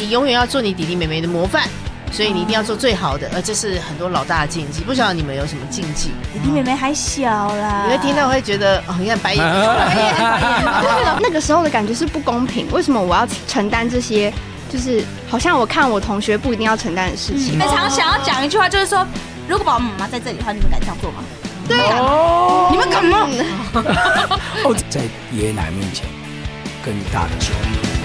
你永远要做你弟弟妹妹的模范，所以你一定要做最好的，这是很多老大的禁忌。不晓得你们有什么禁忌？ 弟弟妹妹还小啦， 你会听到会觉得你看白眼， 那个时候的感觉是不公平，为什么我要承担这些？就是好像我看我同学不一定要承担的事情。 你们常想要讲一句话，就是说，如果爸爸妈妈在这里的话，你们敢这样做吗？ 对啊， 你们敢吗？ 在爷爷奶奶面前更大的说。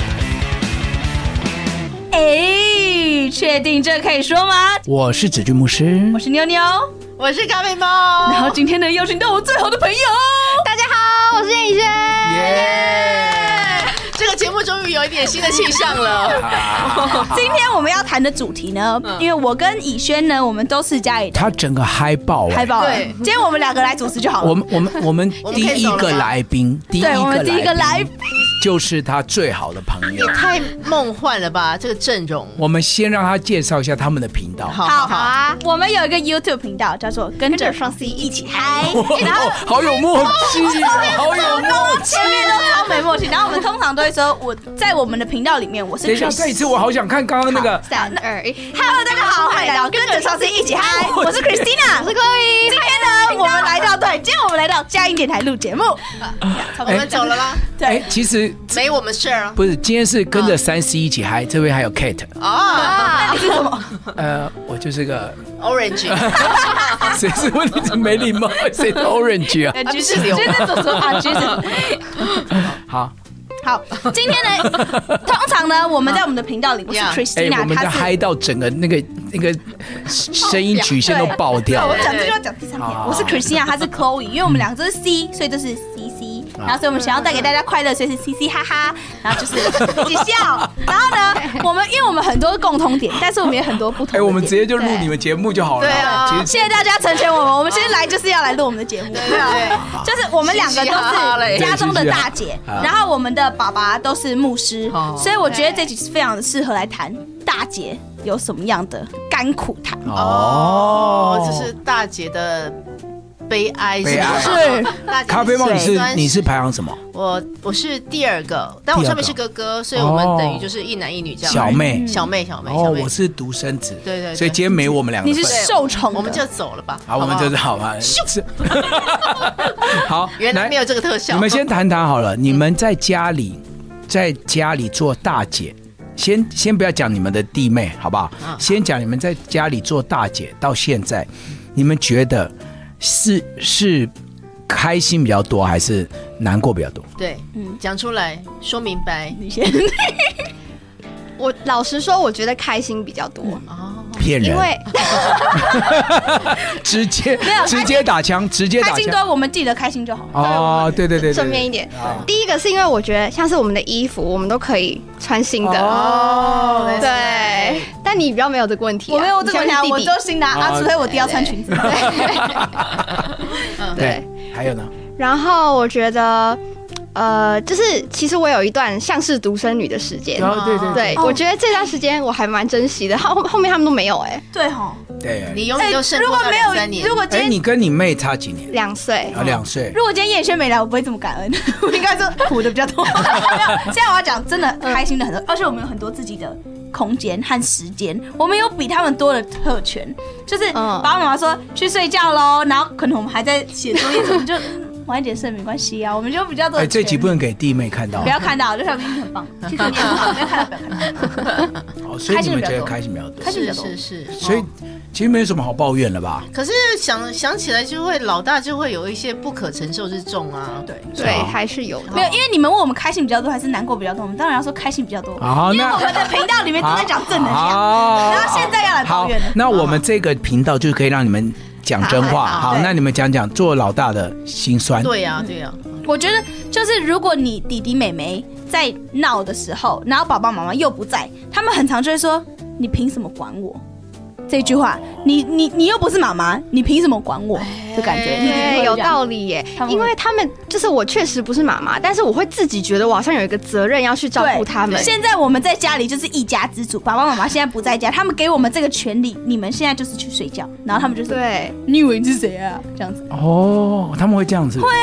确定这可以说吗？ 我是子俊牧师， 我是妞妞， 我是咖啡猫。 然后今天呢，邀请到我最好的朋友， 大家好，我是燕以轩。 这个节目终于有一点新的气象了。 今天我们要谈的主题呢，因为我跟以轩呢，我们都是家里的， 他整个嗨爆了， 嗨爆了。对，今天我们两个来主持就好了。 我们第一个来宾， 对，我们第一个来宾就是他最好的朋友。 也太梦幻了吧，这个阵容。 我们先让他介绍一下他们的频道。 好啊，我们有一个 YouTube 频道叫做跟着双 C 一起嗨， 然后好有默契，好有默契， 前面都超没默契。然后我们通常都会说，我在我们的频道里面，我是。 等一下，再一次，我好想看刚刚那个。 3、2、1 ，Hello， 大家好，欢迎来到跟着双 C 一起嗨，我是 Christina， 我是 Chloe。今天呢，我们来到佳音电台录节目， 我们走了吗？ 对， 其实没我们事啊。 不是，今天是跟着3C 一起嗨，这边还有 Kate。 那你是什么？ 我就是个 Orange。 谁是问你怎么没礼貌？谁是 Orange 啊？ 橘子流啊，橘子。好，今天呢，通常呢，我们在我们的频道里，我是 Christina， 我们在嗨到整个那个声音曲线都爆掉。 我讲这就要讲第3篇，我是 Christina， 她是 Chloe， 因为我们两个都是 C， 所以都是 CC。然后，所以我们想要带给大家快乐，所以是 CC 哈哈，然后就是一起笑。然后呢，因为我们很多共同点，但是我们也很多不同的。 我们直接就录你们节目就好了。 对啊， 谢谢大家成全我们。我们今天来就是要来录我们的节目。对，就是我们两个都是家中的大姐，然后我们的爸爸都是牧师，所以我觉得这集是非常的适合来谈大姐有什么样的甘苦谈。 这是大姐的悲哀， 是咖啡猫，你是排行什么？ 我是第2个，但我上面是哥哥，所以我们等于就是一男一女这样。小妹。 我是独生子， 对， 所以今天没我们两个。 你是受宠， 我们就走了吧。 好，我们就是好吧。好， 原来没有这个特效。 你们先谈谈好了，你们在家里做大姐。先不要讲你们的弟妹，好不好？先讲你们在家里做大姐到现在，你们觉得是开心比较多，还是难过比较多？ 对，讲出来，说明白。 你先。 我老实说，我觉得开心比较多。 骗人！ 因为直接打枪， 开心多，我们记得开心就好。 对， 正面一点。第一个是因为我觉得像是我们的衣服，我们都可以穿新的。对。但你比较没有这个问题。 我没有这个问题，我都新的除非我弟要穿裙子。 对。 还有呢？ 然后我觉得。就是其实我有一段像是独生女的时间，对，我觉得这段时间我还蛮珍惜的。后面他们都没有对哈， 对， 你永远都胜过2、3年。 如果今天你跟你妹差几年 ？2岁 ，2岁。 如果今天燕轩没来，我不会这么感恩，我应该说苦的比较多。现在我要讲真的开心的很多，而且我们有很多自己的空间和时间，我们有比他们多的特权，就是爸爸妈妈说去睡觉喽，然后可能我们还在写作业，我们就。晚一点睡没关系啊，我们就比较多。 这集不能给弟妹看到， 不要看到，就像你很棒。其实你很棒，不要看到，不要看到。 所以你们觉得开心比较多， 开心比较多， 是。 所以其实没有什么好抱怨了吧？ 可是想起来就会老大就会有一些不可承受之重啊。 对，还是有的。 没有，因为你们问我们开心比较多还是难过比较多，我们当然要说开心比较多。因为我们的频道里面都在讲正能量，然后现在要来抱怨了。 那我们这个频道就可以让你们。讲真话，好，那你们讲做老大的心酸。 对呀。 我觉得就是如果你弟弟妹妹在闹的时候，然后爸爸妈妈又不在，他们很常就会说：“你凭什么管我？”这句话，你又不是妈妈，你凭什么管我？的感觉， 对，有道理耶。因为他们就是我确实不是妈妈，但是我会自己觉得我好像有一个责任要去照顾他们。 现在我们在家里就是一家之主，爸爸妈妈现在不在家，他们给我们这个权利，你们现在就是去睡觉，然后他们就是对， 你以为你是谁啊？这样子。 哦，他们会这样子。 会啊。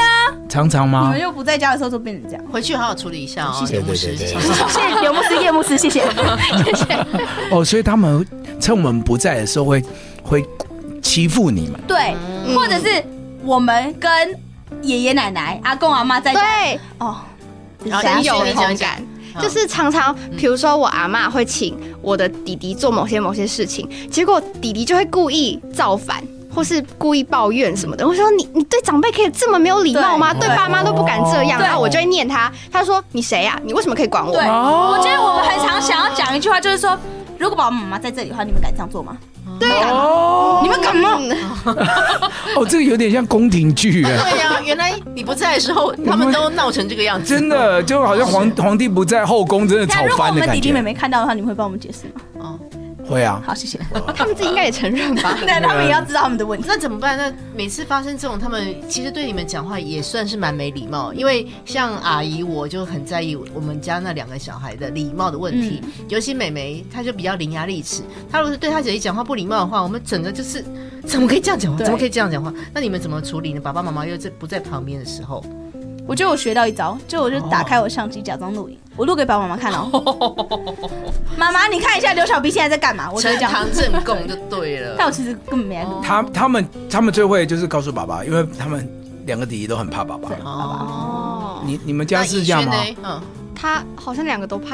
常常吗？ 你们又不在家的时候就变成这样。 回去好好处理一下哦， 谢谢，谢谢刘牧师、叶牧师，谢谢，谢谢。 哦，所以他们趁我们不在的时候会欺负你们， 对，或者是我们跟爷爷奶奶、阿公阿嬷在家， 对哦， 深有同感。就是常常，比如说我阿嬷会请我的弟弟做某些事情，结果弟弟就会故意造反，或是故意抱怨什么的。我说你对长辈可以这么没有礼貌吗？对爸妈都不敢这样。然后我就会念他，他说你谁呀？你为什么可以管我？ 对，我觉得我们很常想要讲一句话，就是说，如果爸爸妈妈在这里的话，你们敢这样做吗？ 对啊， 哦， 你们敢吗？ 哦，这个有点像宫廷剧哎。 对呀，原来你不在的时候，他们都闹成这个样子， 真的就好像皇帝不在，后宫真的吵如果我翻的感觉。 们弟弟妹妹看到的话，你们会帮我们解释吗？ 哦， 会啊。 好，谢谢。 他们自己应该也承认吧？ 对，他们也要知道他们的问题。 那怎么办？那每次发生这种，他们其实对你们讲话也算是蛮没礼貌，因为像阿姨，我就很在意我们家那2个小孩的礼貌的问题，尤其妹妹，她就比较伶牙俐齿，她如果是对她姐姐讲话不礼貌的话，我们整个就是怎么可以这样讲话？怎么可以这样讲话？那你们怎么处理呢？爸爸妈妈又不在旁边的时候， 我觉得我学到一招，我就打开我相机假装录影，我录给爸爸妈妈看哦。妈妈，你看一下刘小斌现在在干嘛？我就呈讲堂证供就对了。 但我其实根本没在录。 他们最会就是告诉爸爸，因为他们2个弟弟都很怕爸爸。 哦， 你们家是这样吗？ 嗯， 他好像2个都怕。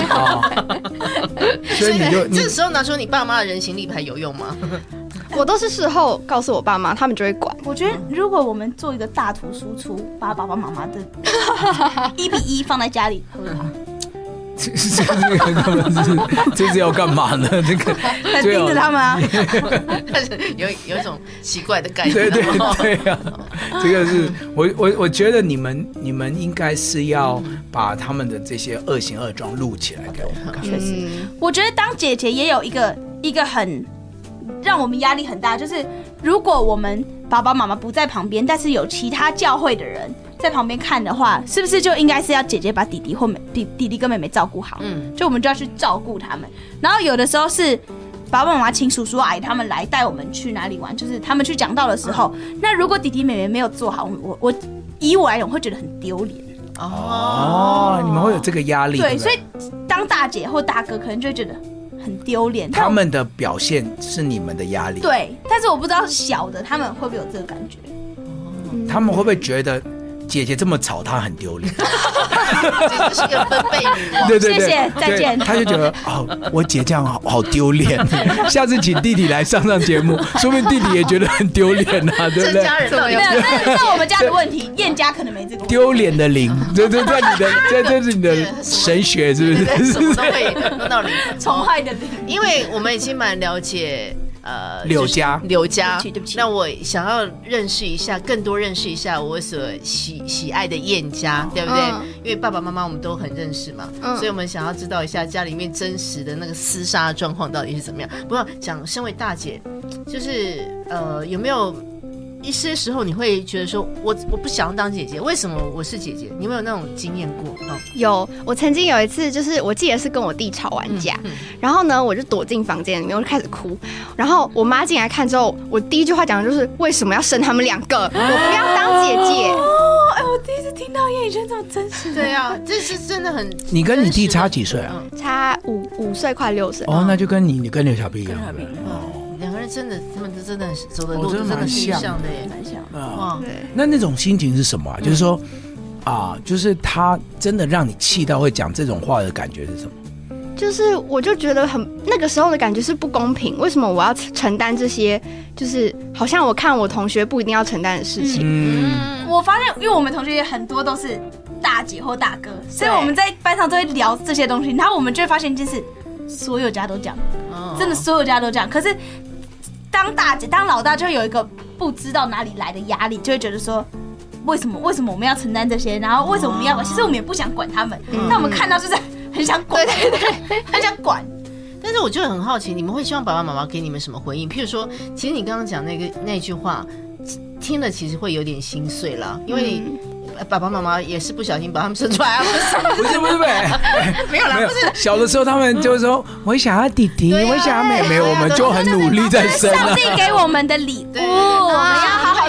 所以这时候拿出你爸妈的人形立牌有用吗？ 我都是事后告诉我爸妈，他们就会管。 我觉得如果我们做一个大图输出，把爸爸妈妈的1:1放在家里，会不会怕？ 这是要干嘛呢？这个很盯着他们啊。 但是有一种奇怪的概念。 对啊，这个是我觉得你们应该是要把他们的这些恶行恶状录起来给我们看。 确实，我觉得当姐姐也有一个很让我们压力很大，就是如果我们爸爸妈妈不在旁边，但是有其他教会的人在旁边看的话，是不是就应该是要姐姐把弟弟跟妹妹照顾好？就我们就要去照顾他们。然后有的时候是爸爸妈妈请叔叔阿姨他们来带我们去哪里玩，就是他们去讲道的时候，那如果弟弟妹妹没有做好，我以我来讲会觉得很丢脸。 哦，你们会有这个压力。 对，所以当大姐或大哥可能就会觉得很丢脸。 他们的表现是你们的压力。 对，但是我不知道小的他们会不会有这个感觉。 他们会不会觉得姐姐这么吵，她很丢脸？ 这是个分贝女王。 对， 谢谢，再见。 他就觉得我姐这样好丢脸，下次请弟弟来上节目，说不定弟弟也觉得很丢脸啊，对不对？ 家人到底没有，这是我们家的问题，燕家可能没这个问题。 丢脸的零，这是你的神学，是不是？ 什么都会弄到零， 宠坏的零。 因为我们已经蛮了解。 柳家， 对不起。 那我想要更多认识一下我所喜爱的燕家，对不对？因为爸爸妈妈我们都很认识嘛，所以我们想要知道一下家里面真实的那个厮杀状况到底是怎么样。不过讲身为大姐，就是有没有一些时候你会觉得说我不想要当姐姐，为什么我是姐姐？你有没有那种经验过？ 有，我曾经有一次，就是我记得是跟我弟吵完架，然后呢，我就躲进房间里面，我就开始哭。然后我妈进来看之后，我第一句话讲的就是为什么要生他们2个？我不要当姐姐。 我第一次听到叶宇轩这么真实。 对啊，这是真的很。 你跟你弟差几岁啊？ 差5岁，快6岁。 哦，那就跟你跟刘小碧一样。 2个人真的，他们真的走的路真的挺像的耶， 蛮像。 哇， 那种心情是什么啊？就是说就是他真的让你气到会讲这种话的感觉是什么？ 就是我就觉得那个时候的感觉是不公平，为什么我要承担这些？就是好像我看我同学不一定要承担的事情。 我发现，因为我们同学也很多都是大姐或大哥，所以我们在班上都会聊这些东西，然后我们就会发现一件事：所有家都这样，真的所有家都这样。可是当大姐、当老大，就会有一个不知道哪里来的压力，就会觉得说。为什么我们要承担这些？然后为什么我们要管？其实我们也不想管他们，但我们看到就是很想管，对，很想管。 但是我就很好奇，你们会希望爸爸妈妈给你们什么回应？譬如说，其实你刚刚讲那句话，听了其实会有点心碎啦，因为爸爸妈妈也是不小心把他们生出来啊， 不是， 没有啦，不是。 小的时候他们就说我想要弟弟，我想要妹妹，我们就很努力在生。 上帝给我们的礼物，我们要好好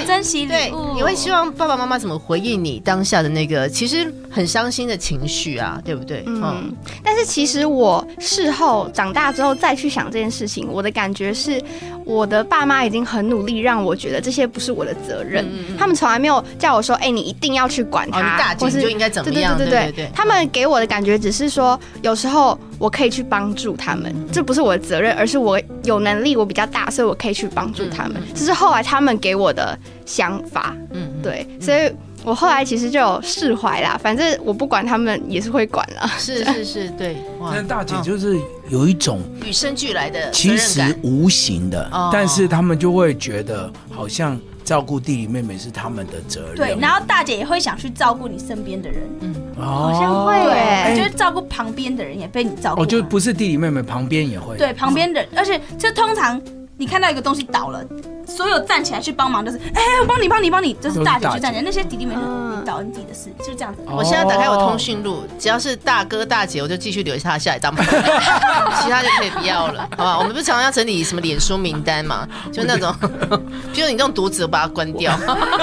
珍惜礼物。 你会希望爸爸妈妈怎么回应你当下的那个其实很伤心的情绪啊，对不对？ 但是其实我事后长大之后再去想这件事情，我的感觉是我的爸妈已经很努力让我觉得这些不是我的责任，他们从来没有叫我说你一定要去管他， 你大姐就应该怎么样，对， 他们给我的感觉只是说有时候我可以去帮助他们，这不是我的责任，而是我有能力，我比较大，所以我可以去帮助他们，这是后来他们给我的想法，对，所以我后来其实就有释怀啦，反正我不管他们也是会管啦。 是，对。 但大姐就是有一种与生俱来的其实无形的，但是他们就会觉得好像照顾弟弟妹妹是他们的责任。 对，然后大姐也会想去照顾你身边的人， 好像会耶， 就是照顾旁边的人也被你照顾。 就不是弟弟妹妹，旁边也会。 对，旁边的，而且就通常你看到一个东西倒了，所有站起来去帮忙，就是我帮你，就是大姐去站起来。那些弟弟妹妹你倒你自己的事，就这样子。 我现在打开我通讯录，只要是大哥大姐，我就继续留他下来当朋友，其他就可以不要了，好吧？我们不是常常要整理什么脸书名单嘛，就那种，比如你这种独子，我把它关掉。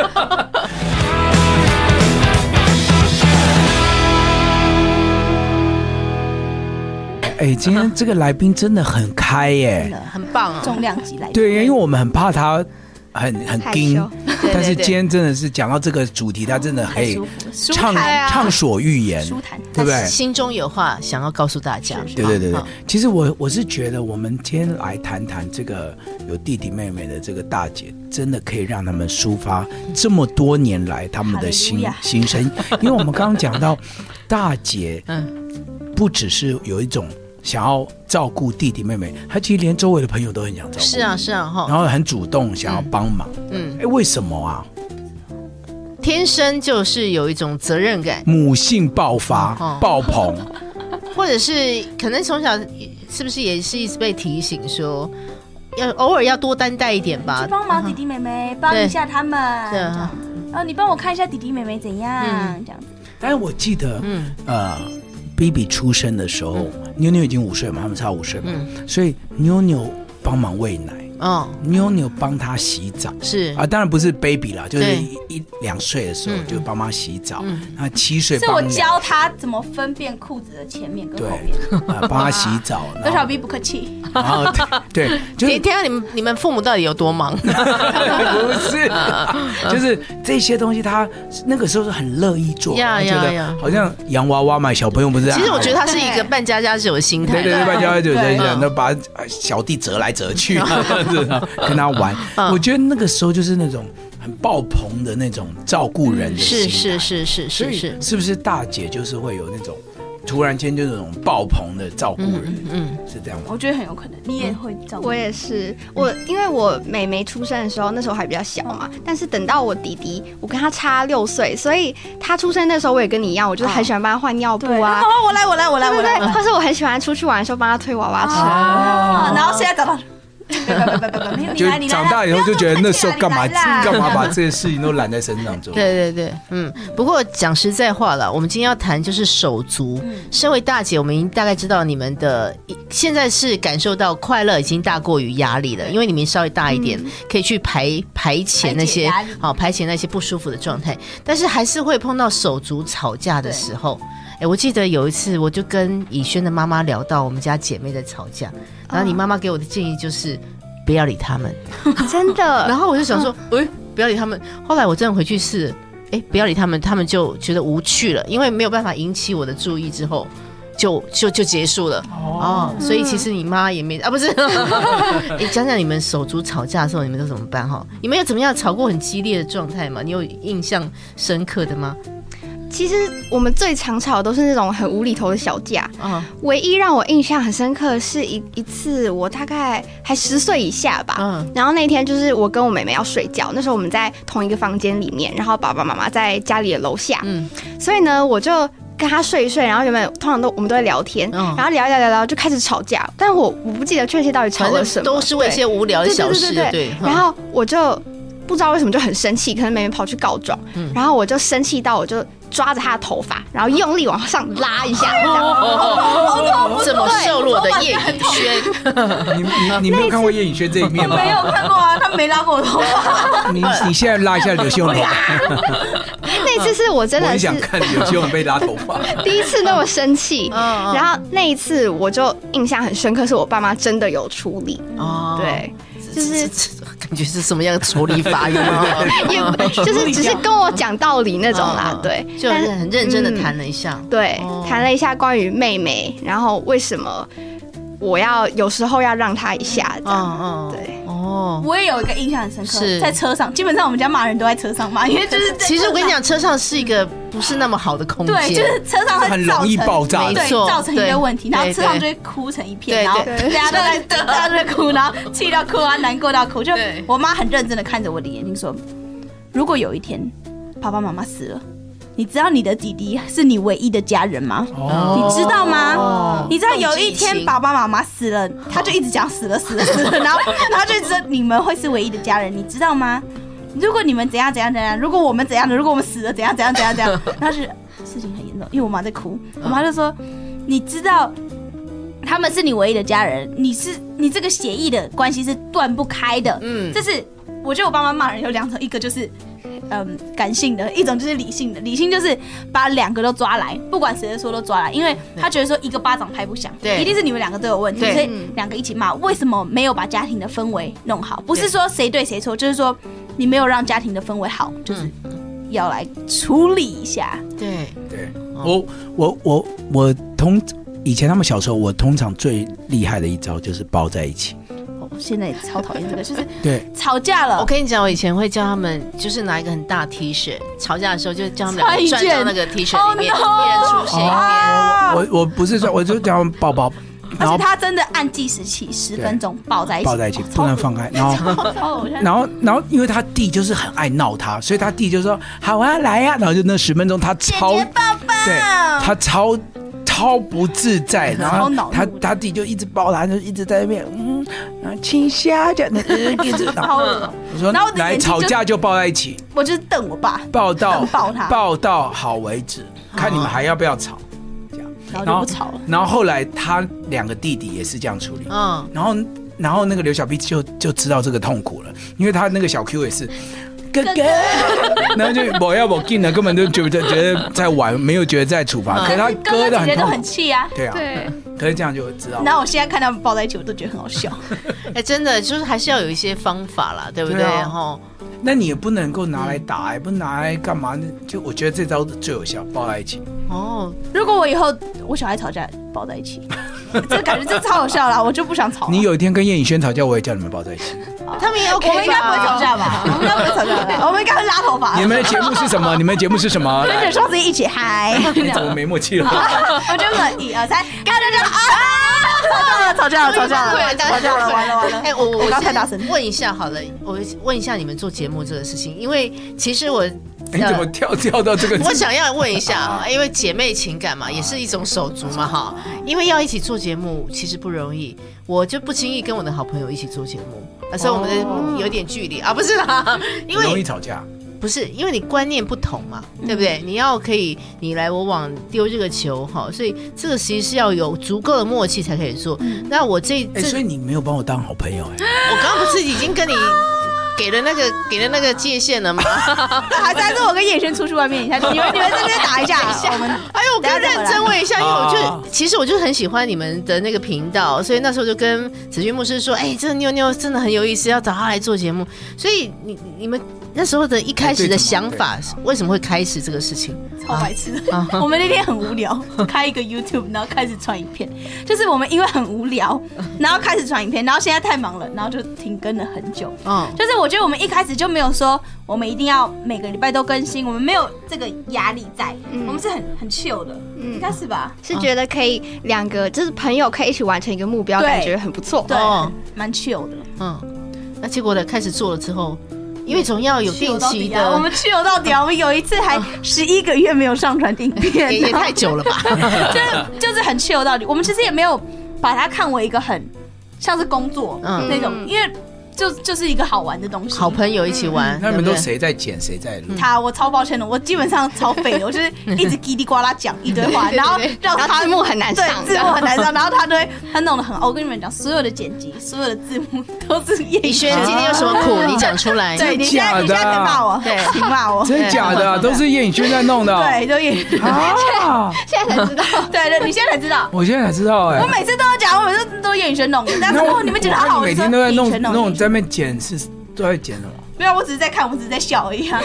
今天这个来宾真的很开耶， 真的很棒啊， 重量级来宾。 对，因为我们很怕他很硬，但是今天真的是讲到这个主题，他真的可以畅所欲言，对不对？ 心中有话想要告诉大家。 对。其实我是觉得，我们今天来谈谈这个有弟弟妹妹的这个大姐，真的可以让他们抒发这么多年来他们的心声。因为我们刚刚讲到大姐，不只是有一种想要照顾弟弟妹妹，他其实连周围的朋友都很想照顾。 是啊， 然后很主动想要帮忙。为什么啊？ 天生就是有一种责任感， 母性爆发、爆棚， 或者是可能从小是不是也是一直被提醒说，偶尔要多担待一点吧， 去帮忙弟弟妹妹，帮一下他们，这样子。你帮我看一下弟弟妹妹怎样，这样子。 但是我记得，baby 出生的时候，妞妞已经5岁嘛，他们差5岁嘛，所以妞妞帮忙喂奶。妞妞帮他洗澡， 是啊，当然不是 baby 啦，就是1-2岁的时候就帮他洗澡，那7岁是我教他怎么分辨裤子的前面跟后面， 帮他洗澡。 小小 B 不客气。 然后对， 听听你们父母到底有多忙？ 不是，就是这些东西，他那个时候是很乐意做，觉得好像洋娃娃嘛，小朋友不是？ 其实我觉得他是一个扮家家酒的心态， 对，扮家家酒的心态，那把小弟折来折去。跟他玩，我觉得那个时候就是那种很爆棚的那种照顾人的心态，是，是不是大姐就是会有那种突然间就那种爆棚的照顾人，是这样吗？ 我觉得很有可能，你也会照顾。 我也是，因为我妹妹出生的时候，那时候还比较小嘛，但是等到我弟弟，我跟他差6岁，所以他出生那时候我也跟你一样，我就是很喜欢帮他换尿布啊， 我来， 对，或是我很喜欢出去玩的时候帮他推娃娃车， 然后现在找到。 就长大以后就觉得那时候干嘛把这些事情都揽在身上做？ 对，不过讲实在话了，我们今天要谈就是手足。身为大姐，我们已经大概知道你们的现在是感受到快乐已经大过于压力了，因为你们稍微大一点，可以去排遣那些排遣那些不舒服的状态，但是还是会碰到手足吵架的时候。我记得有一次，我就跟以轩的妈妈聊到我们家姐妹在吵架，然后你妈妈给我的建议就是不要理他们， 真的。 然后我就想说，不要理他们。后来我真的回去试，不要理他们，他们就觉得无趣了，因为没有办法引起我的注意之后，就结束了。所以其实你妈也没不是。讲讲你们手足吵架的时候，你们都怎么办哈？你们有怎么样吵过很激烈的状态吗？你有印象深刻的吗？ 其实我们最常吵的都是那种很无厘头的小架，唯一让我印象很深刻的是一次，我大概还10岁以下吧，然后那天就是我跟我妹妹要睡觉，那时候我们在同一个房间里面，然后爸爸妈妈在家里的楼下，所以呢我就跟他睡一睡，然后原本通常我们都会聊天，然后聊就开始吵架，但我不记得确切到底吵了什么， 都是为一些无聊的小事，对， 然后我就不知道为什么就很生气，可能妹妹跑去告状，然后我就生气到我就抓着他的头发，然后用力往上拉一下， 这么瘦弱的叶宇轩， 你没有看过叶宇轩这一面吗？ 没有看过啊，他没拉过我头发。 你现在拉一下刘秀荣， 那一次是我真的是我很想看刘秀荣被拉头发， 第一次那么生气，然后那一次我就印象很深刻，是我爸妈真的有处理，对。就是感觉是什么样的处理法？ 也就是只是跟我讲道理那种啦，对， 就很认真的谈了一下， 对，谈了一下关于妹妹，然后为什么我有时候要让她一下，这样，对。 我也有一个印象很深刻，在车上，基本上我们家骂人都在车上骂，因为就是其实我跟你讲，车上是一个不是那么好的空间， 对，就是车上会很容易爆炸， 对，造成一个问题，然后车上就会哭成一片，然后大家都在哭，然后气到哭啊，难过到哭。就我妈很认真的看着我的眼睛说：“如果有一天爸爸妈妈死了，你知道你的弟弟是你唯一的家人吗？你知道吗？你知道有一天爸爸妈妈死了，他就一直讲死了，然后就一直说你们会是唯一的家人，你知道吗？如果你们怎样，如果我们怎样的，如果我们死了怎样，然后是事情很严重，因为我妈在哭，我妈就说你知道他们是你唯一的家人，你这个血液的关系是断不开的。这是我觉得我爸妈骂人有两种，一个就是感性的，一种就是理性的。理性就是把两个都抓来，不管谁说都抓来，因为他觉得说一个巴掌拍不响，一定是你们两个都有问题，所以两个一起骂。为什么没有把家庭的氛围弄好？不是说谁对谁错，就是说你没有让家庭的氛围好，就是要来处理一下。 对， 我以前他们小时候，我通常最厉害的一招就是抱在一起。 现在也超讨厌这个，就是对吵架了。 我跟你讲，我以前会叫他们，就是拿一个很大 T 恤，吵架的时候就叫他们转到那个 T 恤里面，一人出现一边。 我不是说，我就叫他们抱抱。 而且他真的按计时器10分钟抱在一起， 不能放开。然后，因为他弟就是很爱闹他，所以他弟就说：“好啊，来啊！”然后就那10分钟，他超姐姐抱抱， 对，他超不自在，然后他弟就一直抱他，就一直在那边亲下这样，一直我说来吵架就抱在一起， 我就是瞪我爸， 抱到好为止，看你们还要不要吵。 然后就不吵了。 然后后来他2个弟弟也是这样处理，然后那个刘小 B 就知道这个痛苦了，因为他那个小 Q 也是哥哥，然后就我要我进了，根本就觉得在玩，没有觉得在处罚，可是他哥的很痛， 很气啊， 对啊，可是这样就知道。 然后我现在看他们抱在一起，我都觉得很好笑。 真的就是还是要有一些方法啦，对不对？然后。 那你也不能够拿来打，也不拿来干嘛？就我觉得这招最有效，抱在一起。 如果我以后我小孩吵架抱在一起，这感觉这超有效啦，我就不想吵。 你有一天跟叶宇轩吵架，我也叫你们抱在一起。 他们也 OK 吧？ 我们应该不会吵架吧？我们应该不会吵架吧？我们应该会拉头发。 你们的节目是什么？ 跟着双子一起嗨。 你怎么没默契了？ 我就说1、2、3，刚才就吵架了，完了！ 哎，我刚太大声。 问一下好了，我问一下你们做节目这个事情，因为其实你怎么跳到这个？ 我想要问一下啊，因为姐妹情感嘛，也是一种手足嘛，哈。因为要一起做节目其实不容易，我就不轻易跟我的好朋友一起做节目，所以我们的有点距离啊，不是啦，因为容易吵架。 不是，因为你观念不同嘛，对不对？你要可以你来我往丢这个球哈，所以这个其实是要有足够的默契才可以做。那我所以你没有帮我当好朋友我刚刚不是已经跟你给了那个界限了吗？ 还是我跟叶轩出去外面一下，你们这边打一下。 我更认真问一下，因为其实我就很喜欢你们的那个频道，所以那时候就跟子君牧师说，这个妞妞真的很有意思，要找他来做节目。所以你们那时候的一开始的想法，为什么会开始这个事情？ 超白痴的。我们那天很无聊，开一个 YouTube， 然后开始传影片。就是我们因为很无聊，然后开始传影片，然后现在太忙了，然后就停更了很久。就是我觉得我们一开始就没有说我们一定要每个礼拜都更新，我们没有这个压力在，我们是很 chill 的，应该是吧？ 是觉得可以2个就是朋友可以一起完成一个目标，感觉很不错， 对，蛮 chill 的。 那结果呢？开始做了之后。因为总要有定期的， 我们去游到底啊！我们有一次还11个月没有上传影片， 也太久了吧？ 就是很去游到底。我们其实也没有把它看为一个很像是工作那种，因为就是一个好玩的东西， 好朋友一起玩。 那你们都谁在剪谁在录？ 我超抱歉的，我基本上超废的，我就是一直叽里呱啦讲一堆话，然后让他字幕很难上， 对，字幕很难上，然后他弄得很，我跟你们讲，所有的剪辑，所有的字幕都是叶以轩。 今天有什么苦，你讲出来。 对，你现在可以骂我，对，请骂我。 真的假的？都是叶以轩在弄的。 对，都叶以轩。 现在才知道。 对，你现在才知道。 我现在才知道我每次都有讲，我每次都叶以轩弄的。但是你们剪得好好， 每天都在弄，在那边剪都在剪什么？ 没有，我只是在看，我只是在笑而已啊。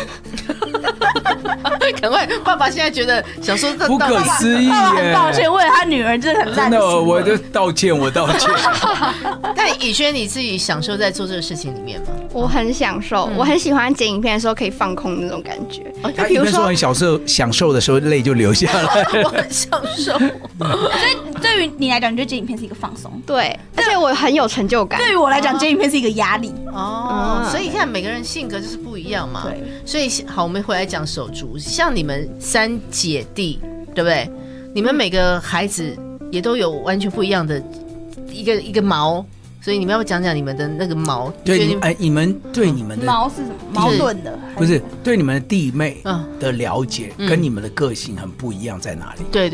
赶快，爸爸现在觉得想说不可思议耶！ 爸爸很抱歉，为了他女儿真的很烂。 真的，我就道歉，我道歉。 但以轩你自己享受在做这个事情里面吗？ 我很享受，我很喜欢剪影片的时候可以放空那种感觉。 他一边说很享受的时候，泪就流下来。 我很享受。 所以对于你来讲，你觉得剪影片是一个放松？ 对，而且我很有成就感。 对于我来讲，剪影片是一个压力。 所以你看每个人性格就是不一样嘛。 对。 所以好，我们回来讲手足，像你们3姐弟，对不对？你们每个孩子也都有完全不一样的一个毛。所以你们要不讲讲你们的那个毛？ 对，你们对你们的毛是什么？矛盾的？ 不是对你们的弟妹的了解，跟你们的个性很不一样，在哪里？ 对，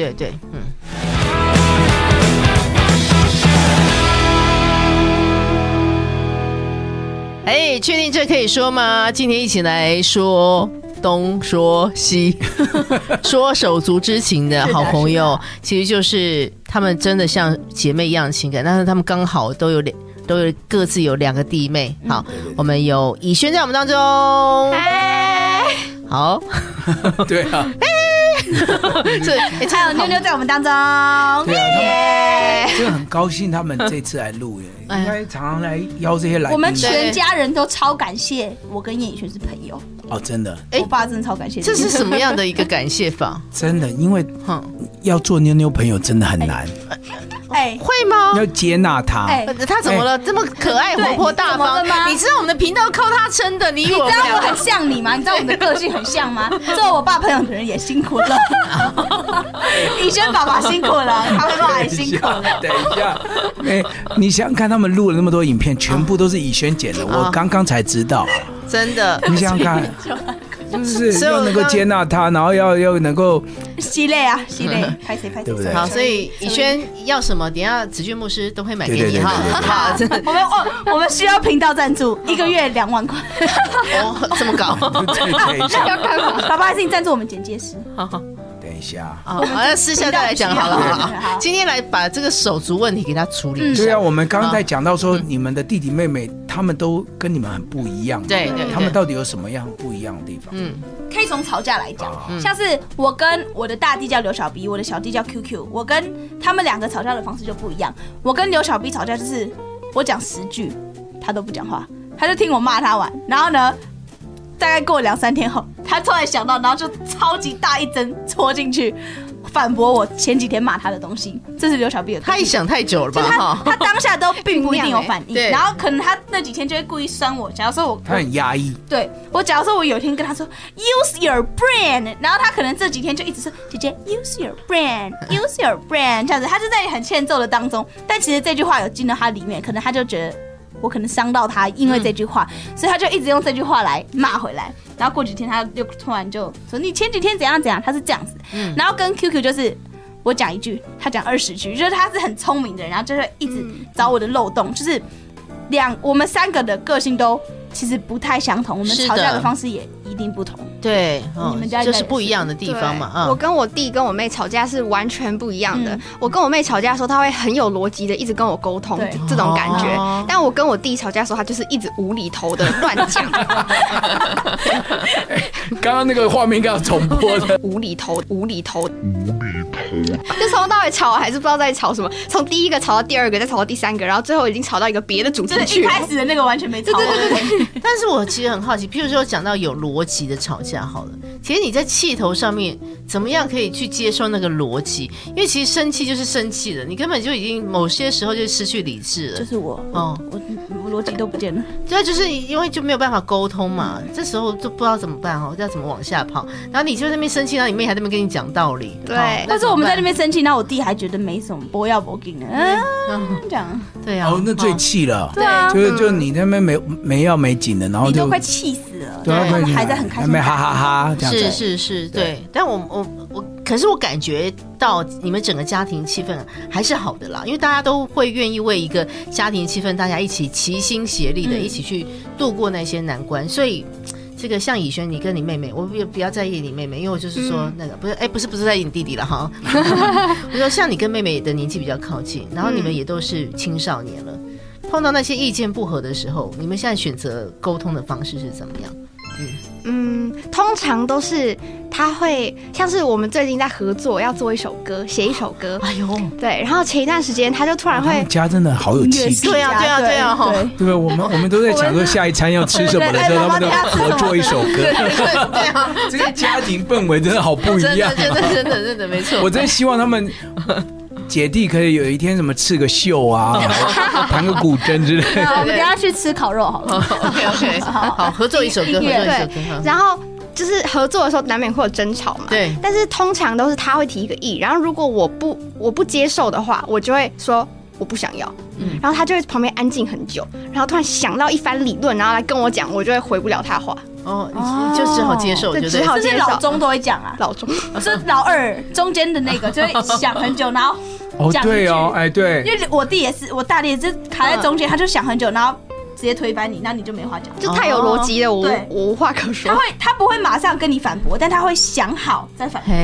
确定这可以说吗？今天一起来说东说西，说手足之情的好朋友，其实就是他们真的像姐妹一样的情感，但是他们刚好都有各自有2个弟妹。好，我们有以轩在我们当中，好， 对啊。 还有妞妞在我们当中， 对啊，真的很高兴他们这次来录耶，应该常常来邀这些来宾。 我们全家人都超感谢我跟叶以轩是朋友哦，真的， 我爸真的超感谢。 这是什么样的一个感谢法？ 真的，因为要做妞妞朋友真的很难。 会吗？ 要接纳他。 他怎么了？这么可爱、活泼、大方？你知道我们的频道靠他撑的，你知道我很像你吗？你知道我们的个性很像吗？做我爸朋友的人也辛苦了，以轩爸爸辛苦了，他爸爸也辛苦了。 等一下，你想想看，他们录了那么多影片，全部都是以轩剪的，我刚刚才知道。 真的， 你想想看。就是要能够接纳他，然后要能够吸泪啊，吸泪，拍谁， 对不对？ 好，所以以轩要什么，等一下子俊牧师都会买给你哈。好，真的， 我们需要频道赞助，1个月2万块。 这么高？ 要干嘛？爸爸还是你赞助我们剪接师？ 等一下， 好，要私下再来讲好了。好，今天来把这个手足问题给他处理一下。 对啊，我们刚刚在讲到说，你们的弟弟妹妹他们都跟你们很不一样。 对， 他们到底有什么样不一样的地方？ 可以从吵架来讲，像是我跟我的大弟叫刘小 B， 我的小弟叫 QQ， 我跟他们2个吵架的方式就不一样。我跟刘小 B 吵架就是我讲10句，他都不讲话，他就听我骂他完，然后呢，大概过2-3天后，他突然想到，然后就超级大一针戳进去，反驳我前几天骂他的东西。这是刘小 B 的。 他一想太久了吧？ 他当下都并不一定有反应， 对， 然后可能他那几天就会故意酸我。假如说他很压抑。 对，假如说我有一天跟他说 use your brain， 然后他可能这几天就一直说姐姐 use your brain，use your brain 这样子，他就在很欠揍的当中。但其实这句话有进到他里面，可能他就觉得我可能伤到他，因为这句话，所以他就一直用这句话来骂回来。然后过几天他就突然就说你前几天怎样怎样，他是这样子。然后跟 QQ 就是我讲1句，他讲20句，就是他是很聪明的人，然后就会一直找我的漏洞，就是我们3个的个性都其实不太相同，我们吵架的方式也一定不同。 对，你们家就是不一样的地方嘛。 我跟我弟跟我妹吵架是完全不一样的。我跟我妹吵架的时候，她会很有逻辑的一直跟我沟通，这种感觉。但我跟我弟吵架的时候，他就是一直无厘头的乱讲。 刚刚那个画面应该要重播的。 无厘头。就从头到尾吵，还是不知道在吵什么。从第1个吵到第2个，再吵到第3个，然后最后已经吵到一个别的主题去了。 一开始的那个完全没吵完。 对。但是我其实很好奇，譬如说讲到有逻辑的吵架好了，其实你在气头上面怎么样可以去接受那个逻辑？因为其实生气就是生气了，你根本就已经某些时候就失去理智了。 就是我逻辑都不见了。 对啊，就是因为就没有办法沟通嘛，这时候就不知道怎么办要怎么往下跑。然后你就在那边生气，然后你妹还在那边跟你讲道理。 对， 或者我们在那边生气，然后我弟还觉得没什么，不要不紧的，这样。 对啊， 那最气了。 对啊， 就你那边没要没紧的，然后你都快气死了， 对， 他们还在很开心， 哈哈哈这样子。 是，对。但可是我感觉到你们整个家庭气氛还是好的啦，因为大家都会愿意为一个家庭气氛，大家一起齐心协力的一起去度过那些难关，所以。这个像以轩，你跟你妹妹，我也不要在意你妹妹，因为我就是说那个不是在意你弟弟了哈。我说像你跟妹妹的年纪比较靠近，然后你们也都是青少年了，碰到那些意见不合的时候，你们现在选择沟通的方式是怎么样？ 通常都是他会像是我们最近在合作，要做一首歌，写一首歌。哎呦，对，然后前一段时间他就突然会， 家真的好有气质。 对啊， 对，我们都在想说下一餐要吃什么的时候，他们都合作一首歌。 对啊， 这个家庭氛围真的好不一样。 真的没错。 我真希望他们。姐弟可以有一天什么刺个绣啊，弹个古筝之类的。 我们等一下去吃烤肉好了。 OK， 好，合作一首歌， 对。然后就是合作的时候难免会有争吵嘛。 对。 但是通常都是他会提一个意，然后如果我不接受的话，我就会说我不想要。然后他就会旁边安静很久，然后突然想到一番理论，然后来跟我讲，我就会回不了他话。 你就只好接受， 就只好接受。 老中都会讲啊， 老中是老二中间的那个就会想很久，然后讲一句。 对， 因为我弟也是，我大弟也是卡在中间，他就想很久，然后直接推翻你，那你就没话讲， 就太有逻辑了，我无话可说。 他不会马上跟你反驳，但他会想好再反驳。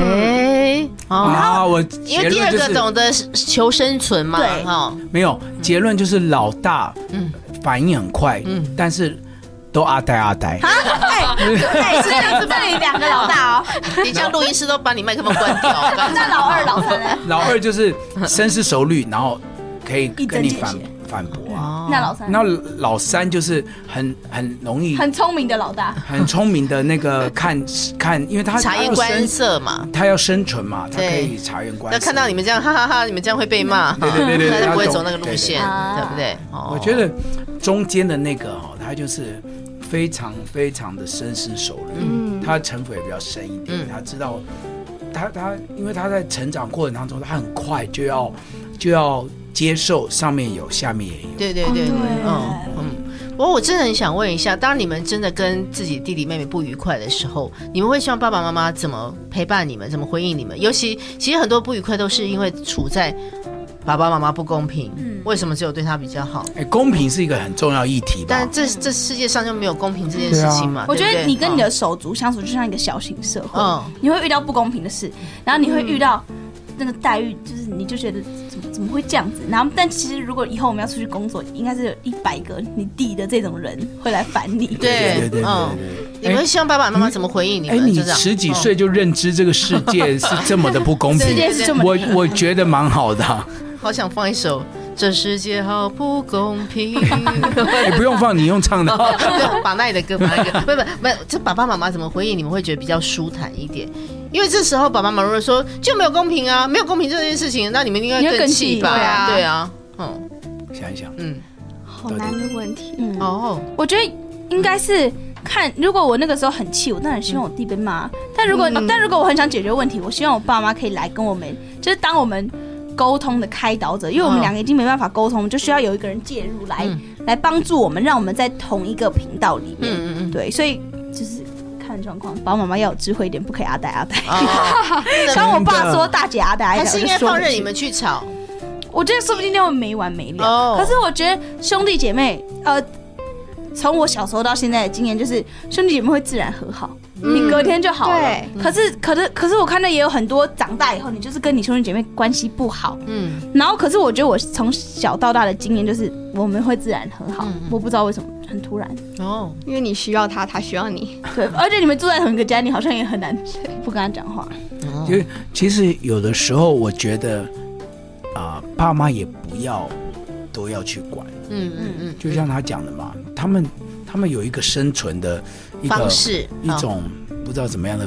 因为第二个懂得求生存嘛， 对， 没有结论就是老大，反应很快，但是。都阿呆是这样子，这里两个老大哦， 你这样录音师都把你麦克风关掉。 那老二、老三呢？ 老二就是深思熟虑，然后可以跟你反驳啊。 那老三？ 然后老三就是很容易、 很聪明的老大， 很聪明的那个看，因为他察言观色嘛， 他要生存嘛，他可以察言观色。 那看到你们这样，哈哈哈，你们这样会被骂， 对， 他就不会走那个路线，对不对？ 我觉得中间的那个他就是非常非常的深思熟虑，他城府也比较深一点，他知道他因为他在成长过程当中，他很快就要接受上面有下面也有， 对，不过我真的很想问一下，当你们真的跟自己弟弟妹妹不愉快的时候，你们会希望爸爸妈妈怎么陪伴你们，怎么回应你们？尤其其实很多不愉快都是因为处在爸爸妈妈不公平，为什么只有对他比较好？ 公平是一个很重要议题吧？ 但这世界上就没有公平这件事情嘛？ 我觉得你跟你的手足相处就像一个小型社会，你会遇到不公平的事，然后你会遇到那个待遇，就是你就觉得怎么会这样子？然后但其实如果以后我们要出去工作，应该是有100个你弟的这种人会来烦你。 对，你们希望爸爸妈妈怎么回应你们？ 你10几岁就认知这个世界是这么的不公平， 世界是这么我觉得蛮好的。 好想放一首《这世界好不公平》 不用放，你用唱的。 把那里的歌，不，这爸爸妈妈怎么回应？你们会觉得比较舒坦一点？因为这时候爸爸妈妈如果说就没有公平啊，没有公平这件事情，那你们应该更气吧？对啊， 想一想， 好难的问题。 我觉得应该是看，如果我那个时候很气，我当然希望我弟被骂。但如果我很想解决问题，我希望我爸妈可以来跟我们，就是当我们沟通的开导者，因为我们两个已经没办法沟通，我们就需要有一个人介入来帮助我们，让我们在同一个频道里面。对，所以就是看状况，爸爸妈妈要有智慧一点，不可以阿呆。像我爸说大姐阿呆， 还是应该放任你们去吵。 我觉得说不定会没完没了。可是我觉得兄弟姐妹，从我小时候到现在的经验，就是兄弟姐妹会自然和好。你隔天就好了。对。可是我看到也有很多长大以后，你就是跟你兄弟姐妹关系不好。然后可是我觉得我从小到大的经验就是我们会自然和好。我不知道为什么，很突然。 因为你需要他，他需要你。 对，而且你们住在同一个家，你好像也很难不跟他讲话。 其实有的时候我觉得爸妈也不要都要去管。就像他讲的嘛，他们有一个生存的一个方式，一种不知道怎么样的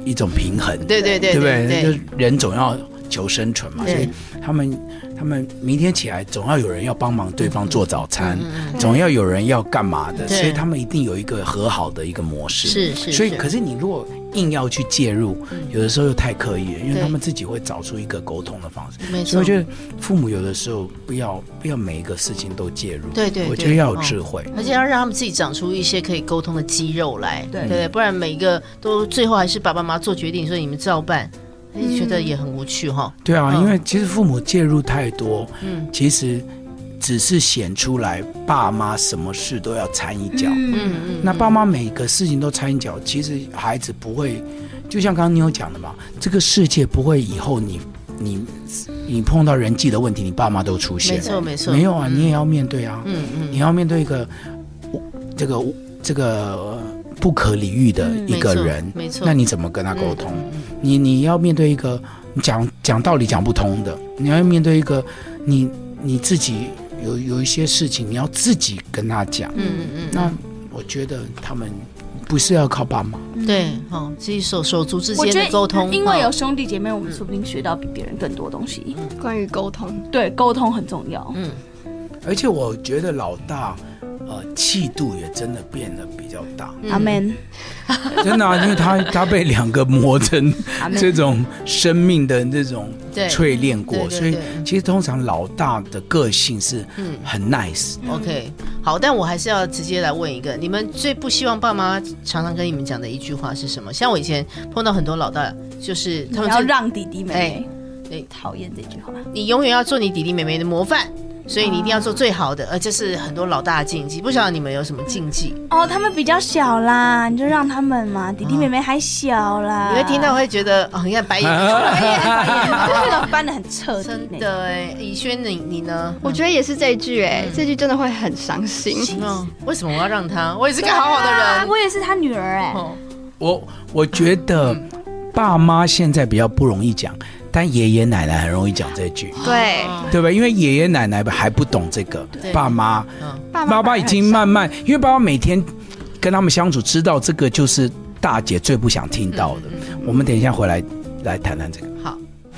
一种平衡， 对不对？ 就人总要求生存嘛，所以他们明天起来总要有人要帮忙对方做早餐，总要有人要干嘛的，所以他们一定有一个和好的一个模式。是，所以可是你如果硬要去介入，有的时候又太刻意了，因为他们自己会找出一个沟通的方式。 没错， 所以我觉得父母有的时候不要每一个事情都介入。对，我觉得要有智慧， 而且要让他们自己长出一些可以沟通的肌肉来。对，不然每一个都最后还是爸爸妈妈做决定，所以你们照办。觉得也很无趣哈。 对啊，因为其实父母介入太多，其实只是显出来爸妈什么事都要掺一脚。那爸妈每个事情都掺一脚，其实孩子不会，就像刚刚你有讲的嘛，这个世界不会以后你碰到人际的问题，你爸妈都出现。 没错， 没有啊，你也要面对啊。你要面对一个这个不可理喻的一个人， 没错， 那你怎么跟他沟通？你要面对一个讲道理讲不通的，你要面对一个你自己有一些事情你要自己跟他讲。那我觉得他们不是要靠爸妈。 对，自己手足之间的沟通， 因为有兄弟姐妹，我们说不定学到比别人更多东西。 关于沟通， 对，沟通很重要。 而且我觉得老大气度也真的变得比较大。 阿们， 真的因为他被2个磨成这种生命的这种淬炼过，所以其实通常老大的个性是很 nice。 OK， 好，但我还是要直接来问一个，你们最不希望爸妈常常跟你们讲的一句话是什么？像我以前碰到很多老大，就是他们要让弟弟妹妹，讨厌这句话， 你永远要做你弟弟妹妹的模范。所以你一定要做最好的，这是很多老大的禁忌。不晓得你们有什么禁忌？ 他们比较小啦，你就让他们嘛，弟弟妹妹还小啦。 你会听到会觉得你看白眼， 翻得很彻底。 真的以轩你呢？ 我觉得也是这句这句真的会很伤心。 为什么我要让他？我也是个好好的人， 我也是他女儿我觉得爸妈现在比较不容易讲。但爷爷奶奶很容易讲这句，对吧？因为爷爷奶奶还不懂这个，爸妈已经慢慢，因为爸爸每天跟他们相处，知道这个就是大姐最不想听到的。我们等一下回来谈谈这个。 好。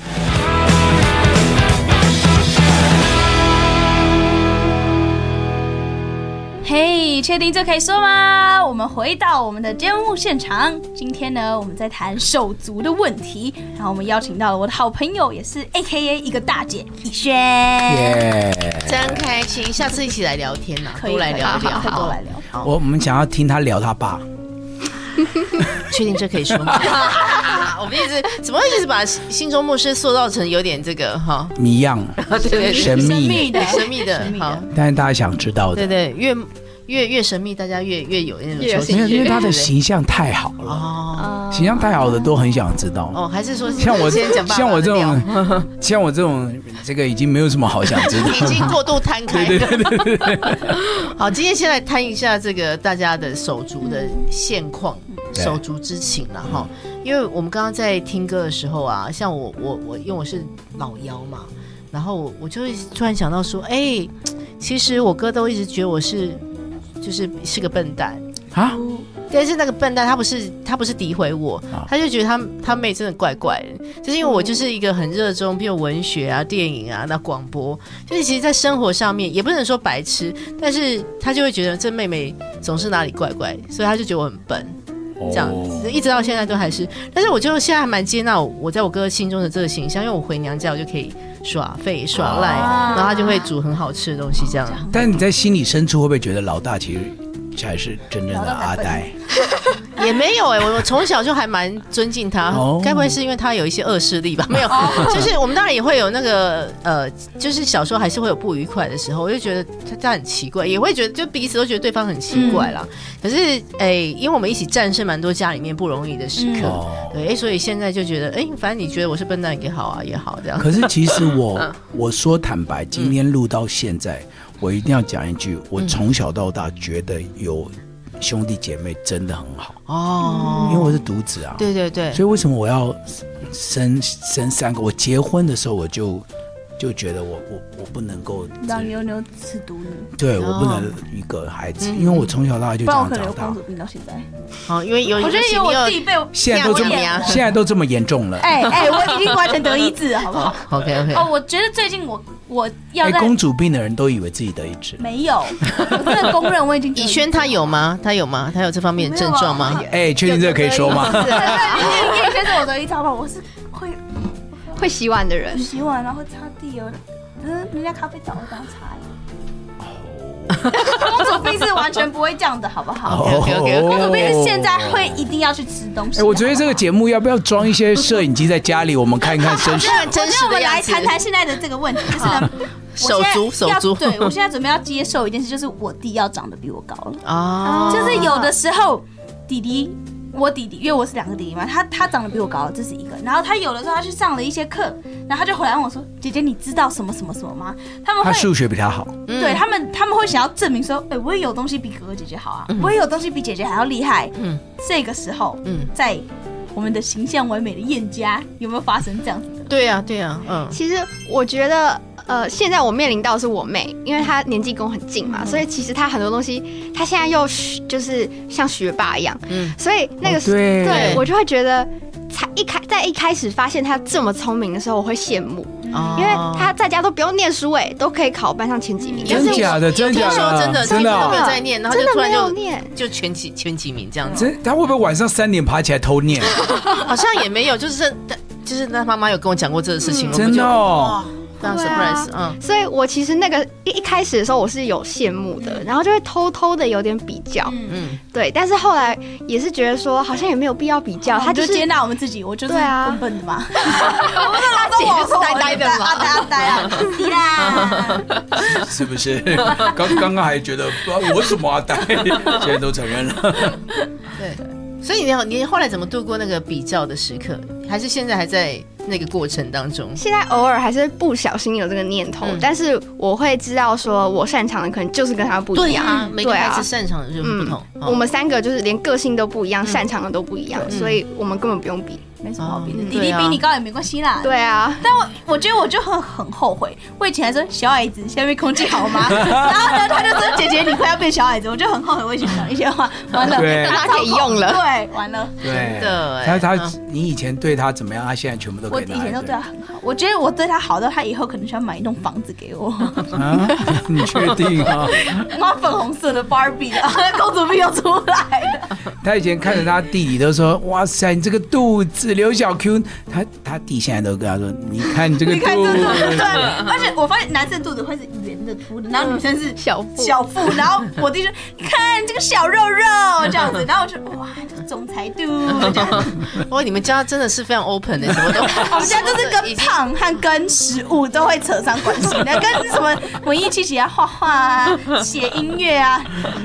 嘿，确定这可以说吗？我们回到我们的节目现场，今天呢，我们在谈手足的问题，然后我们邀请到了我的好朋友，也是 AKA 一个大姐以轩， 真开心，下次一起来聊天呐， 多来聊聊， 多来聊。 我们想要听他聊他爸。 确定这可以说吗？我们怎么会一直把新中牧师塑造成有点这个谜样， 对， 神秘的， 好， 但是大家想知道的， 对，越神秘，大家越有那种兴趣，因为他的形象太好了，形象太好的都很想知道。 还是说像我这种这个已经没有什么好想知道， 已经过度摊开了。 对。 好，今天先来谈一下这个大家的手足的现况，手足之情了哈。因为我们刚刚在听歌的时候啊，像我因为我是老幺嘛，然后我就会突然想到说，其实我哥都一直觉得我是个笨蛋啊。但是那个笨蛋他不是诋毁我，他就觉得他妹真的怪怪的，就是因为我就是一个很热衷，比如文学啊、电影啊、那广播，就是其实在生活上面也不能说白痴，但是他就会觉得这妹妹总是哪里怪怪，所以他就觉得我很笨。这样子一直到现在都还是，但是我就现在还蛮接纳我在我哥心中的这个形象，因为我回娘家我就可以耍废耍赖，然后他就会煮很好吃的东西这样。 但你在心里深处会不会觉得老大其实才是真正的阿呆？ 也没有我从小就还蛮尊敬他，该不会是因为他有一些恶势力吧？没有，就是我们当然也会有那个就是小时候还是会有不愉快的时候，我就觉得他很奇怪，也会觉得就彼此都觉得对方很奇怪啦。可是因为我们一起战胜蛮多家里面不容易的时刻，对，所以现在就觉得反正你觉得我是笨蛋也好啊，也好这样。 可是其实我说坦白，今天录到现在，我一定要讲一句，我从小到大觉得有兄弟姐妹真的很好因为我是独子啊， 对， 所以为什么我要生3个？我结婚的时候我就就觉得我不能够让妞妞吃毒女， 对我不能一个孩子，因为我从小到大就这样长大。 不然我可能有公主病到现在。 好，因为有我觉得有我弟被现在都这么严重了。 我已经完全得医治了，好不好 ？OK。 哦，我觉得最近我要公主病的人都以为自己得医治， 没有，我真的公认我已经。 以轩他有吗？他有吗？他有这方面的症状吗？ 确定这个可以说吗？ 对，以轩是我得医治吧，我是会洗碗的人， 洗碗然后擦地哦，人家咖啡澡会帮他擦。公主病是完全不会这样的，好不好？公主病是现在会一定要去吃东西。 我觉得这个节目要不要装一些摄影机在家里，我们看看真实。 我觉得我们来谈谈现在的这个问题，就是呢， 手足。 对，我现在准备要接受一件事，就是我弟要长得比我高了。就是有的时候我弟弟，因为我是2个弟弟嘛，他长得比我高，这是一个。然后他有的时候他去上了一些课，然后他就回来问我说：“姐姐，你知道什么什么什么吗？”他数学比他好， 对他们会想要证明说：“我也有东西比哥哥姐姐好啊，我也有东西比姐姐还要厉害。”这个时候，在我们的形象完美的燕家，有没有发生这样子的？ 对啊， 其实我觉得。现在我面临到的是我妹，因为她年纪跟我很近嘛，所以其实她很多东西，她现在又就是像学霸一样，所以那个对我就会觉得，在一开始发现她这么聪明的时候，我会羡慕，因为她在家都不用念书，都可以考班上前几名。 真的假的？ 真的都没有在念，然后就突然就前几名这样子。 她会不会晚上3点爬起来偷念？ 好像也没有，就是她妈妈有跟我讲过这个事情， 真的哦。 非常 surprise， 所以我其实那个一开始的时候我是有羡慕的，然后就会偷偷的有点比较，对，但是后来也是觉得说好像也没有必要比较，他就接纳我们自己，我就是笨笨的嘛，我姐就是呆呆的嘛， 呆啊，你啦， 是不是？刚刚还觉得我怎么呆，现在都承认了， 对，所以你后来怎么度过那个比较的时刻？还是现在还在那个过程当中？ 现在偶尔还是不小心有这个念头，但是我会知道说我擅长的可能就是跟他不一样。 对啊，每个孩子擅长的就是不同。 我们3个就是连个性都不一样，擅长的都不一样，所以我们根本不用比。 没什么好比的，弟弟比你高也没关系啦。 对啊， 但我觉得我就很后悔，我以前还说小矮子下面空气好吗？然后呢，他就说姐姐你快要变小矮子，我就很后悔我以前讲一些话，完了， 他可以用了， 对，完了， 对的。你以前对他怎么样？他现在全部都可以拿。 我以前都对他很好，我觉得我对他好到他以后可能需要买一栋房子给我。 你确定啊？ 妈粉红色的 Barbie 的公主病又出来了。 他以前看着他弟弟都说：“哇塞，你这个肚子，刘小 Q。”他弟现在都跟他说：“你看你这个肚子。” 对，而且我发现男生肚子会是圆的凸的，然后女生是小腹，然后我弟说：“看这个小肉肉这样子。”然后我就哇，这个总裁肚这样子。 哇，你们家真的是非常 open 的，什么都。 我们家就是跟胖和跟食物都会扯上关系的，跟什么文艺气息啊、画画啊、写音乐啊，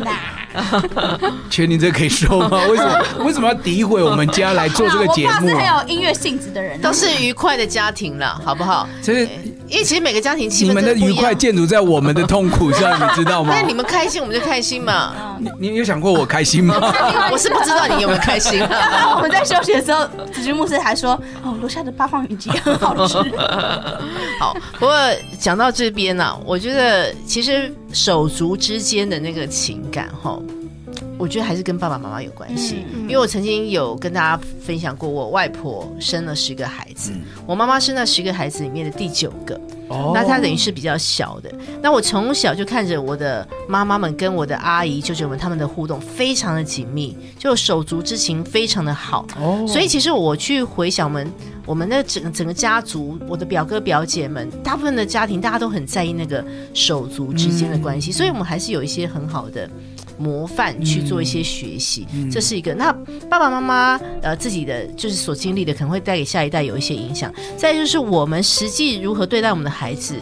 确定这可以说吗？为什么要诋毁我们家来做这个节目？ 我爸是很有音乐性质的人， 都是愉快的家庭啦，好不好？因为其实每个家庭气氛， 你们的愉快建筑在我们的痛苦上，你知道吗？ 那你们开心，我们就开心嘛。 你有想过我开心吗？ 我是不知道你有没有开心。 我们在休息的时候，子君牧师还说：“哦，楼下的八方云集很好吃。” 好，不过讲到这边呢，我觉得其实手足之间的那个情感，我觉得还是跟爸爸妈妈有关系。因为我曾经有跟大家分享过，我外婆生了10个孩子，我妈妈是那10个孩子里面的第9个。那她等于是比较小的。那我从小就看着我的妈妈们跟我的阿姨舅舅们他们的互动非常的紧密，就手足之情非常的好。所以其实我去回想我们的整个家族，我的表哥表姐们，大部分的家庭大家都很在意那个手足之间的关系，所以我们还是有一些很好的模范去做一些学习，这是一个。那爸爸妈妈自己的就是所经历的，可能会带给下一代有一些影响。再就是我们实际如何对待我们的孩子，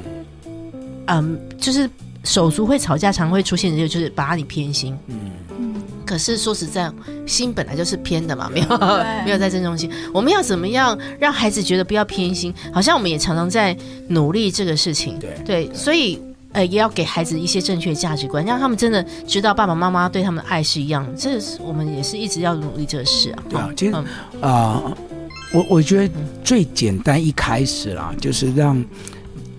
就是手足会吵架，常会出现的就是把你偏心。可是说实在，心本来就是偏的嘛，没有在正中心。我们要怎么样让孩子觉得不要偏心？好像我们也常常在努力这个事情。对，所以。也要给孩子一些正确价值观，让他们真的知道爸爸妈妈对他们的爱是一样的。这是我们也是一直要努力这个事啊。 对啊，其实我觉得最简单一开始啦，就是让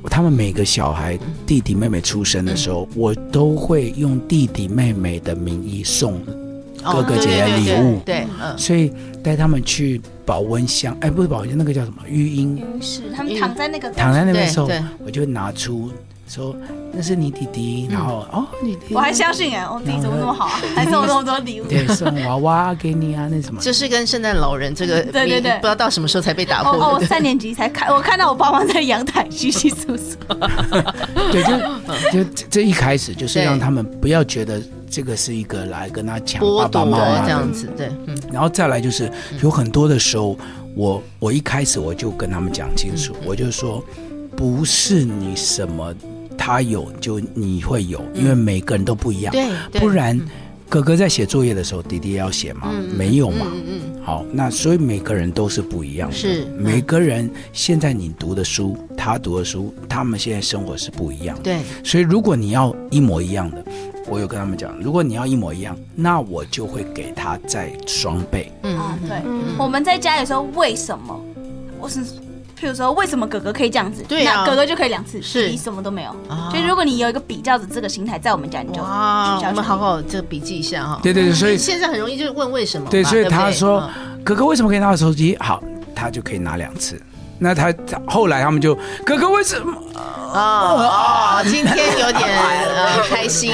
他们每个小孩弟弟妹妹出生的时候，我都会用弟弟妹妹的名义送哥哥姐姐礼物， 对， 所以带他们去保温箱，不是保温箱，那个叫什么育婴室，他们躺在那个时候，我就拿出说那是你弟弟，然后你弟弟， 我还相信我弟怎么那么好啊，还送我那么多礼物， 对，送娃娃给你啊，那什么， 这是跟圣诞老人这个对， 不知道到什么时候才被打破的。 我3年级才我看到我爸妈在阳台稀稀疏疏。 对，就这一开始就是让他们不要觉得这个是一个来跟他抢爸爸妈妈这样子，对， 然后再来就是有很多的时候，我一开始我就跟他们讲清楚，我就说不是你什么他有就你会有，因为每个人都不一样， 对， 不然哥哥在写作业的时候，弟弟也要写嘛，没有嘛，好，那所以每个人都是不一样的， 是每个人现在你读的书，他读的书，他们现在生活是不一样的， 对， 所以如果你要一模一样的，我有跟他们讲，如果你要一模一样，那我就会给他再双倍。 对，我们在家有时候为什么譬如说，为什么哥哥可以这样子？ 对啊， 那哥哥就可以2次， 是你什么都没有。所以如果你有一个比较的这个心态，在我们家你就我们好好这个笔记一下哈。 对，所以现在很容易就问为什么。 对，所以他说哥哥为什么可以拿到手机？好，他就可以拿2次。那他后来他们就哥哥为什么？ 今天有点开心。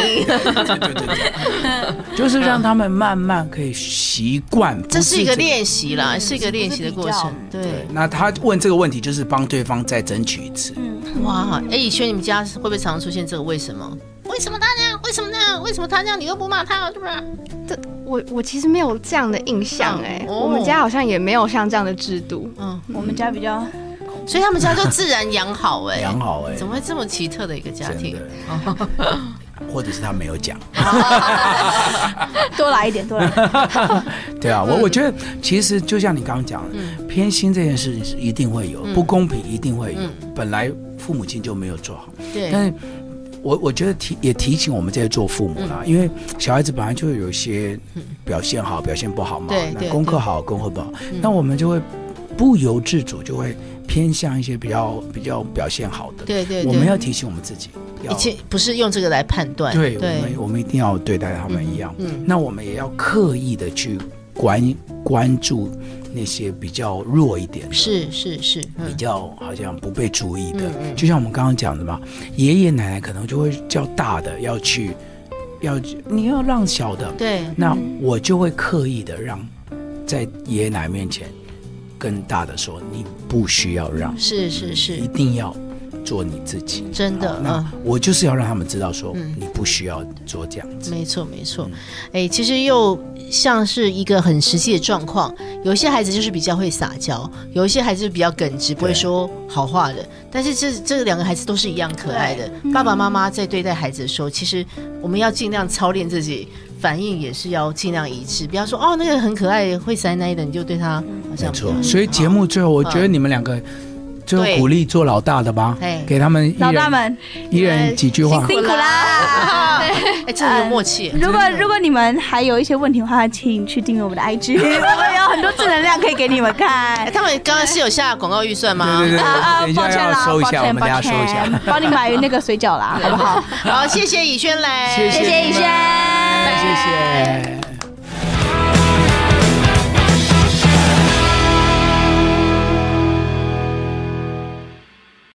对，就是让他们慢慢可以习惯。 这是一个练习啦，是一个练习的过程。对， 那他问这个问题，就是帮对方再争取一次。 哇，以轩，你们家会不会常常出现这个为什么？为什么他这样？为什么那样？为什么他这样？你又不骂他，对不对？ 我其实没有这样的印象我们家好像也没有像这样的制度。 我们家比较， 所以他们家就自然养好养好怎么会这么奇特的一个家庭？ 或者是他没有讲， 多来一点。 对啊，我觉得其实就像你刚刚讲的，偏心这件事情是一定会有，不公平一定会有，本来父母亲就没有做好， 对， 但是我觉得也提醒我们这些做父母啦，因为小孩子本来就有一些表现好表现不好嘛，那功课好功课不好，那我们就会不由自主就会偏向一些比较表现好的， 对， 我们要提醒我们自己， 而且不是用这个来判断， 对，我们一定要对待他们一样，那我们也要刻意的去关注那些比较弱一点的，是，比较好像不被注意的，就像我们刚刚讲的嘛，爷爷奶奶可能就会叫大的你要让小的， 对， 那我就会刻意的让在爷爷奶奶面前跟大的说，你不需要让，是，一定要做你自己， 真的。 那我就是要让他们知道说，你不需要做这样子。 没错。其实又像是一个很实际的状况，有一些孩子就是比较会撒娇，有一些孩子比较耿直，不会说好话的。但是这2个孩子都是一样可爱的。爸爸妈妈在对待孩子的时候，其实我们要尽量操练自己。反应也是要尽量一致，不要说那个很可爱会塞奶的，你就对他好像没错。所以节目最后，我觉得你们2个最后鼓励做老大的吧，给他们老大们一人几句话， 辛苦啦！ 这很有默契。 如果你们还有一些问题的话，请去订阅我们的 IG， 我们有很多正能量可以给你们看。 他们刚刚是有下广告预算吗？ 对， 抱歉啦， 收一下，我们等下收一下， 帮你买那个水饺啦，好不好？ 好，谢谢以轩来， 谢谢以轩。 谢谢。